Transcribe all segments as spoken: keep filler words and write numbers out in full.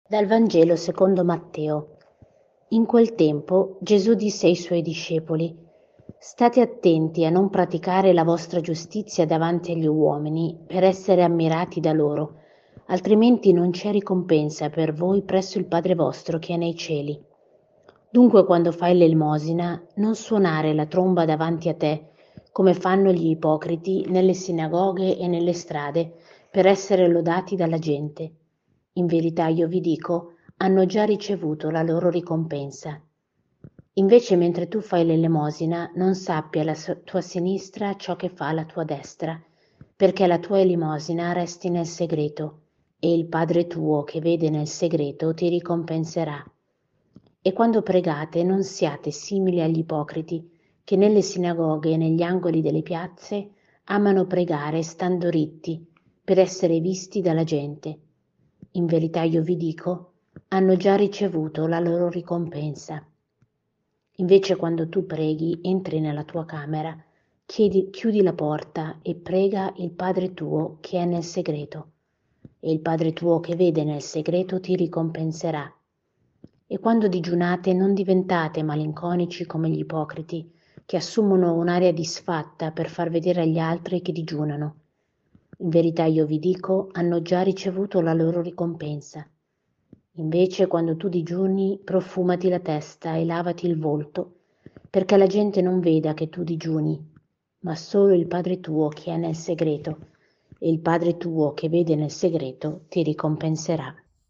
Dal Vangelo secondo Matteo. In quel tempo Gesù disse ai suoi discepoli: State attenti a non praticare la vostra giustizia davanti agli uomini per essere ammirati da loro, altrimenti non c'è ricompensa per voi presso il Padre vostro che è nei cieli. Dunque quando fai l'elemosina, non suonare la tromba davanti a te, come fanno gli ipocriti nelle sinagoghe e nelle strade, per essere lodati dalla gente. In verità io vi dico, hanno già ricevuto la loro ricompensa. Invece mentre tu fai l'elemosina, non sappia la tua sinistra ciò che fa la tua destra, perché la tua elemosina resti nel segreto, e il Padre tuo che vede nel segreto ti ricompenserà. E quando pregate non siate simili agli ipocriti, che nelle sinagoghe e negli angoli delle piazze amano pregare stando ritti, per essere visti dalla gente. In verità io vi dico, hanno già ricevuto la loro ricompensa. Invece quando tu preghi, entri nella tua camera, chiedi, chiudi la porta e prega il Padre tuo che è nel segreto, e il Padre tuo che vede nel segreto ti ricompenserà. E quando digiunate non diventate malinconici come gli ipocriti, che assumono un'aria disfatta per far vedere agli altri che digiunano. In verità io vi dico, hanno già ricevuto la loro ricompensa. Invece quando tu digiuni, profumati la testa e lavati il volto, perché la gente non veda che tu digiuni, ma solo il Padre tuo che è nel segreto, e il Padre tuo che vede nel segreto ti ricompenserà.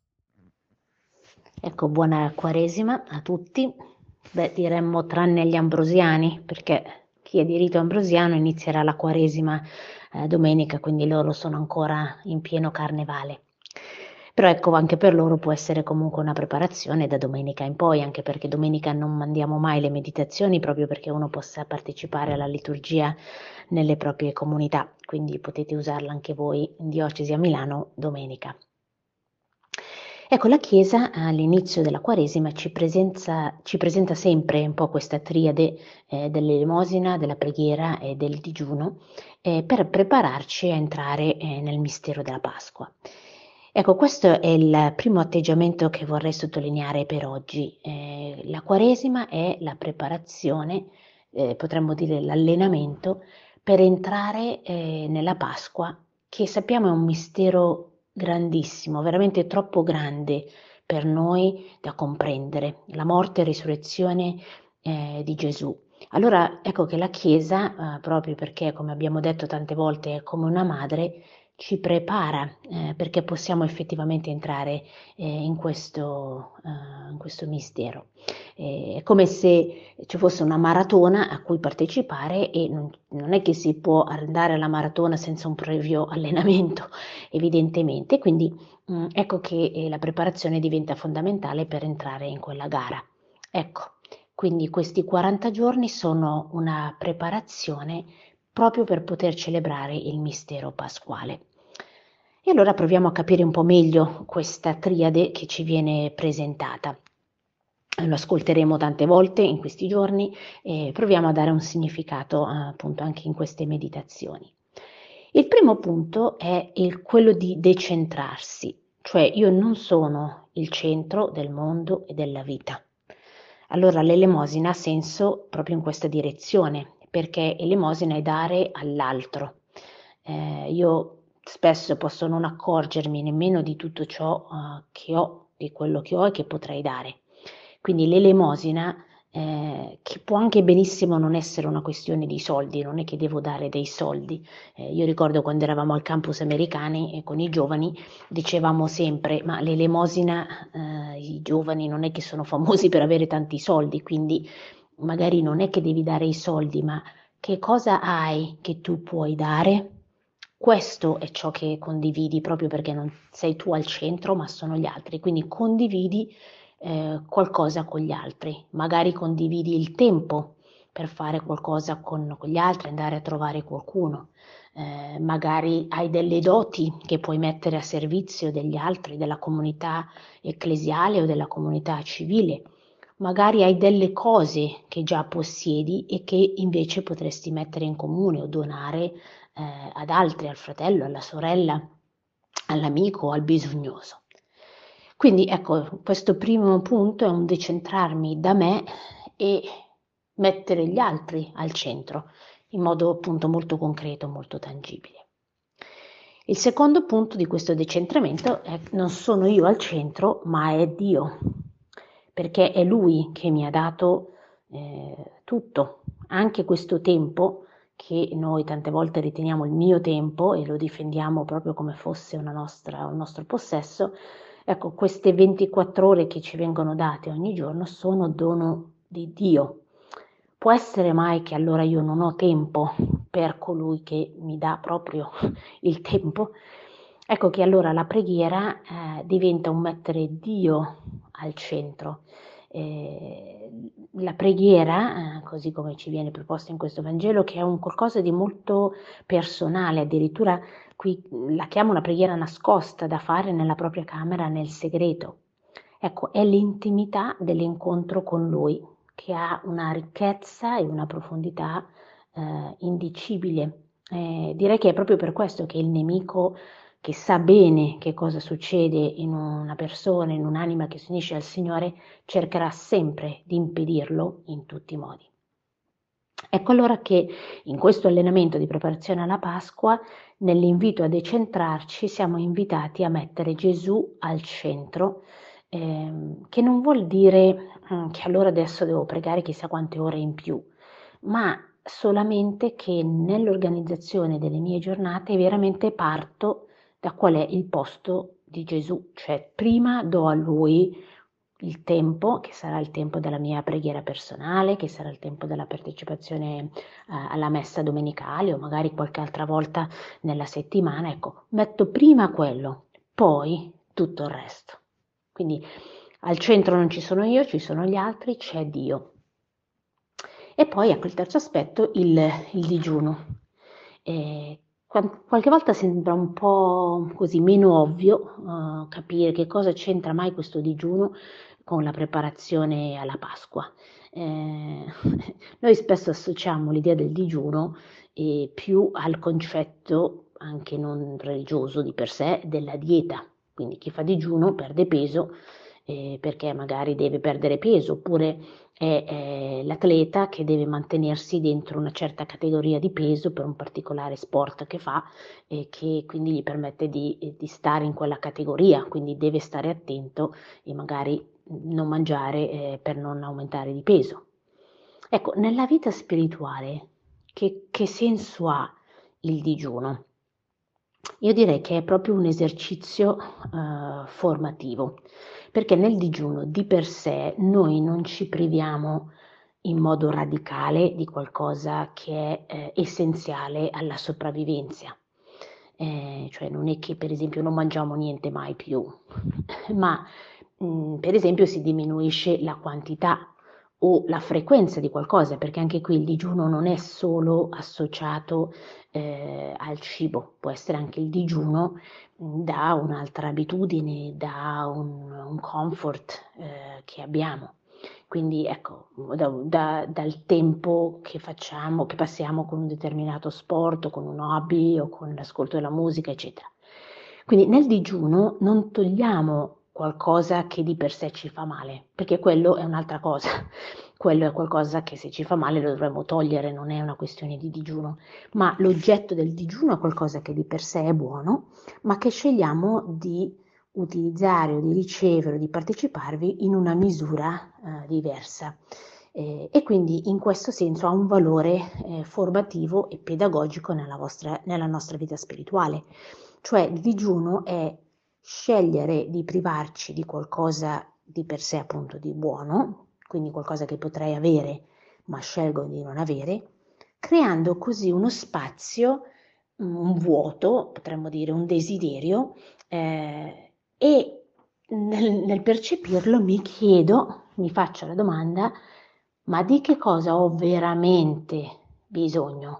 Ecco, buona Quaresima a tutti. Beh, diremmo tranne gli ambrosiani, perché chi è di rito ambrosiano inizierà la Quaresima eh, domenica, quindi loro sono ancora in pieno carnevale. Però ecco, anche per loro può essere comunque una preparazione da domenica in poi, anche perché domenica non mandiamo mai le meditazioni proprio perché uno possa partecipare alla liturgia nelle proprie comunità, quindi potete usarla anche voi in diocesi a Milano domenica. Ecco, la Chiesa all'inizio della Quaresima ci presenza, ci presenta sempre un po' questa triade eh, dell'elemosina, della preghiera e del digiuno eh, per prepararci a entrare eh, nel mistero della Pasqua. Ecco, questo è il primo atteggiamento che vorrei sottolineare per oggi. Eh, la Quaresima è la preparazione, eh, potremmo dire l'allenamento, per entrare eh, nella Pasqua, che sappiamo è un mistero grandissimo, veramente troppo grande per noi da comprendere, la morte e risurrezione eh, di Gesù. Allora ecco che la Chiesa, eh, proprio perché, come abbiamo detto tante volte, è come una madre, ci prepara eh, perché possiamo effettivamente entrare eh, in questo, eh, in questo mistero. Eh, è come se ci fosse una maratona a cui partecipare e non, non è che si può andare alla maratona senza un previo allenamento, evidentemente, quindi mh, ecco che eh, la preparazione diventa fondamentale per entrare in quella gara. Ecco, quindi questi quaranta giorni sono una preparazione proprio per poter celebrare il mistero pasquale. E allora proviamo a capire un po' meglio questa triade che ci viene presentata. Lo ascolteremo tante volte in questi giorni e proviamo a dare un significato eh, appunto anche in queste meditazioni. Il primo punto è il, quello di decentrarsi, cioè io non sono il centro del mondo e della vita. Allora l'elemosina ha senso proprio in questa direzione, perché elemosina è dare all'altro. Eh, io spesso posso non accorgermi nemmeno di tutto ciò eh, che ho, di quello che ho e che potrei dare. Quindi l'elemosina, eh, che può anche benissimo non essere una questione di soldi, non è che devo dare dei soldi. Eh, io ricordo quando eravamo al campus americani e con i giovani dicevamo sempre, ma l'elemosina, eh, i giovani non è che sono famosi per avere tanti soldi, quindi magari non è che devi dare i soldi, ma che cosa hai che tu puoi dare? Questo è ciò che condividi proprio perché non sei tu al centro, ma sono gli altri. Quindi condividi eh, qualcosa con gli altri, magari condividi il tempo per fare qualcosa con, con gli altri, andare a trovare qualcuno, eh, magari hai delle doti che puoi mettere a servizio degli altri, della comunità ecclesiale o della comunità civile. Magari hai delle cose che già possiedi e che invece potresti mettere in comune o donare eh, ad altri, al fratello, alla sorella, all'amico o al bisognoso. Quindi ecco, questo primo punto è un decentrarmi da me e mettere gli altri al centro, in modo appunto molto concreto, molto tangibile. Il secondo punto di questo decentramento è non sono io al centro, ma è Dio, perché è Lui che mi ha dato eh, tutto, anche questo tempo che noi tante volte riteniamo il mio tempo e lo difendiamo proprio come fosse una nostra, un nostro possesso. Ecco, queste ventiquattro ore che ci vengono date ogni giorno sono dono di Dio. Può essere mai che allora io non ho tempo per colui che mi dà proprio il tempo? Ecco che allora la preghiera eh, diventa un mettere Dio al centro. Eh, la preghiera, eh, così come ci viene proposta in questo Vangelo, che è un qualcosa di molto personale, addirittura qui la chiamo una preghiera nascosta da fare nella propria camera nel segreto. Ecco, è l'intimità dell'incontro con Lui che ha una ricchezza e una profondità eh, indicibile. Eh, direi che è proprio per questo che il nemico che sa bene che cosa succede in una persona, in un'anima che si unisce al Signore, cercherà sempre di impedirlo in tutti i modi. Ecco allora che in questo allenamento di preparazione alla Pasqua, nell'invito a decentrarci, siamo invitati a mettere Gesù al centro, ehm, che non vuol dire mm, che allora adesso devo pregare chissà quante ore in più, ma solamente che nell'organizzazione delle mie giornate veramente parto da qual è il posto di Gesù, cioè prima do a Lui il tempo, che sarà il tempo della mia preghiera personale, che sarà il tempo della partecipazione eh, alla messa domenicale o magari qualche altra volta nella settimana, ecco, metto prima quello, poi tutto il resto. Quindi al centro non ci sono io, ci sono gli altri, c'è Dio. E poi ecco il terzo aspetto, il, il digiuno. Eh, qualche volta sembra un po' così meno ovvio uh, capire che cosa c'entra mai questo digiuno con la preparazione alla Pasqua. Eh, noi spesso associamo l'idea del digiuno eh, più al concetto anche non religioso di per sé della dieta. Quindi chi fa digiuno perde peso eh, perché magari deve perdere peso, oppure è, è l'atleta che deve mantenersi dentro una certa categoria di peso per un particolare sport che fa e che quindi gli permette di, di stare in quella categoria, quindi deve stare attento e magari non mangiare eh, per non aumentare di peso. Ecco, nella vita spirituale che, che senso ha il digiuno? Io direi che è proprio un esercizio eh, formativo, perché nel digiuno di per sé noi non ci priviamo in modo radicale di qualcosa che è eh, essenziale alla sopravvivenza. Eh, cioè non è che per esempio non mangiamo niente mai più, ma mh, per esempio si diminuisce la quantità o la frequenza di qualcosa, perché anche qui il digiuno non è solo associato eh, al cibo, può essere anche il digiuno mh, da un'altra abitudine, da un, un comfort eh, che abbiamo. Quindi ecco, da, da, dal tempo che facciamo, che passiamo con un determinato sport, o con un hobby o con l'ascolto della musica, eccetera. Quindi nel digiuno non togliamo qualcosa che di per sé ci fa male, perché quello è un'altra cosa. Quello è qualcosa che se ci fa male lo dovremmo togliere, non è una questione di digiuno, ma l'oggetto del digiuno è qualcosa che di per sé è buono, ma che scegliamo di utilizzare o di ricevere o di parteciparvi in una misura eh, diversa. Eh, e quindi in questo senso ha un valore eh, formativo e pedagogico nella, vostra, nella nostra vita spirituale. Cioè il digiuno è scegliere di privarci di qualcosa di per sé appunto di buono, quindi qualcosa che potrei avere ma scelgo di non avere, creando così uno spazio, un vuoto, potremmo dire un desiderio, eh, e nel, nel percepirlo mi chiedo, mi faccio la domanda, ma di che cosa ho veramente bisogno?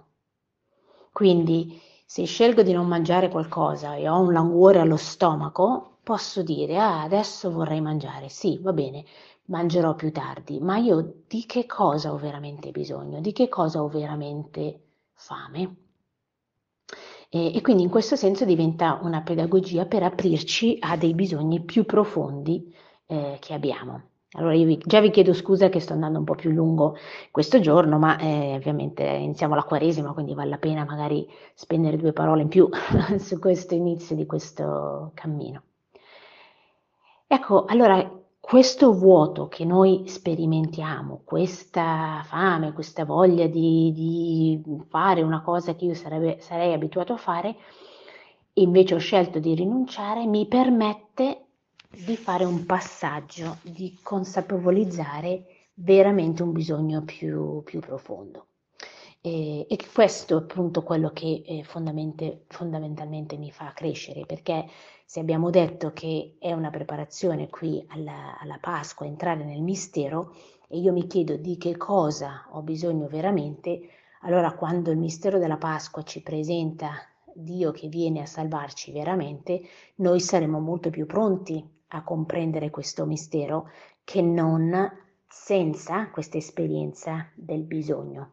Quindi se scelgo di non mangiare qualcosa e ho un languore allo stomaco, posso dire, ah, adesso vorrei mangiare, sì, va bene, mangerò più tardi, ma io di che cosa ho veramente bisogno? Di che cosa ho veramente fame? E, e quindi in questo senso diventa una pedagogia per aprirci a dei bisogni più profondi eh, che abbiamo. Allora io vi, già vi chiedo scusa che sto andando un po' più lungo questo giorno, ma eh, ovviamente iniziamo la Quaresima, quindi vale la pena magari spendere due parole in più su questo inizio di questo cammino. Ecco, allora questo vuoto che noi sperimentiamo, questa fame, questa voglia di, di fare una cosa che io sarebbe, sarei abituato a fare, e invece ho scelto di rinunciare, mi permette di fare un passaggio, di consapevolizzare veramente un bisogno più, più profondo. E, e questo è appunto quello che eh, fondamente, fondamentalmente mi fa crescere, perché se abbiamo detto che è una preparazione qui alla, alla Pasqua, entrare nel mistero, e io mi chiedo di che cosa ho bisogno veramente, allora quando il mistero della Pasqua ci presenta Dio che viene a salvarci veramente, noi saremo molto più pronti a comprendere questo mistero che non senza questa esperienza del bisogno.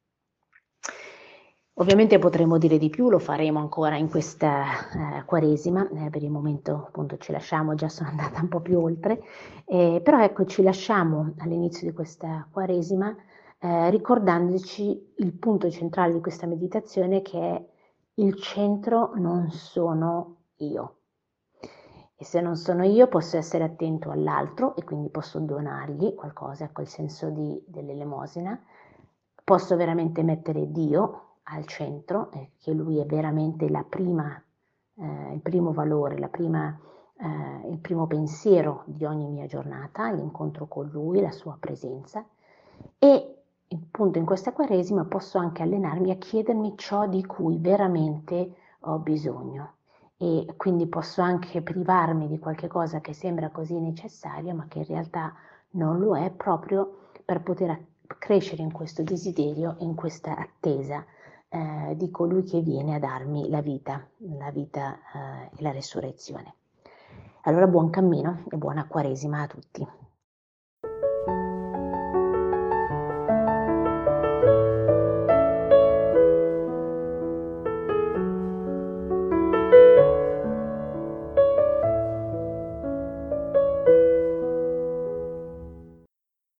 Ovviamente potremmo dire di più, lo faremo ancora in questa eh, Quaresima, eh, per il momento appunto ci lasciamo, già sono andata un po' più oltre, eh, però ecco ci lasciamo all'inizio di questa Quaresima eh, ricordandoci il punto centrale di questa meditazione che è il centro non sono io. E se non sono io posso essere attento all'altro e quindi posso donargli qualcosa, ecco il senso di, dell'elemosina, posso veramente mettere Dio al centro, eh, che lui è veramente la prima, eh, il primo valore, la prima, eh, il primo pensiero di ogni mia giornata, l'incontro con lui, la sua presenza e appunto in questa Quaresima posso anche allenarmi a chiedermi ciò di cui veramente ho bisogno e quindi posso anche privarmi di qualche cosa che sembra così necessaria ma che in realtà non lo è proprio per poter crescere in questo desiderio e in questa attesa eh, di colui che viene a darmi la vita, la vita eh, e la resurrezione. Allora buon cammino e buona Quaresima a tutti.